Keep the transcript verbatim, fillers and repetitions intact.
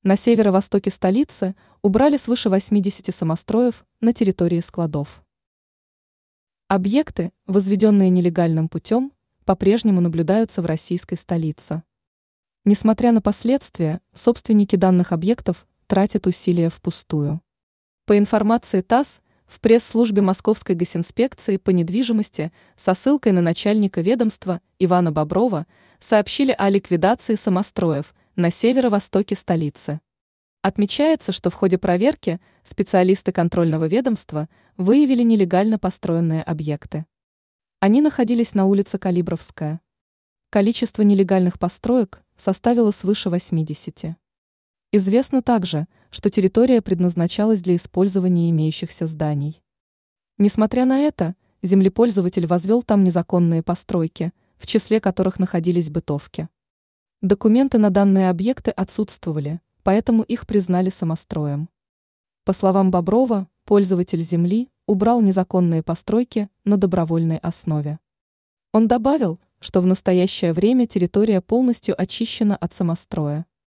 На северо-востоке столицы убрали свыше восьмидесяти самостроев на территории складов. Объекты, возведенные нелегальным путем, по-прежнему наблюдаются в российской столице. Несмотря на последствия, собственники данных объектов тратят усилия впустую. По информации ТАСС, в пресс-службе Московской госинспекции по недвижимости со ссылкой на начальника ведомства Ивана Боброва сообщили о ликвидации самостроев на северо-востоке столицы. Отмечается, что в ходе проверки специалисты контрольного ведомства выявили нелегально построенные объекты. Они находились на улице Калибровская. Количество нелегальных построек составило свыше восьмидесяти. Известно также, что территория предназначалась для использования имеющихся зданий. Несмотря на это, землепользователь возвел там незаконные постройки, в числе которых находились бытовки. Документы на данные объекты отсутствовали, поэтому их признали самостроем. По словам Боброва, пользователь земли убрал незаконные постройки на добровольной основе. Он добавил, что в настоящее время территория полностью очищена от самостроя.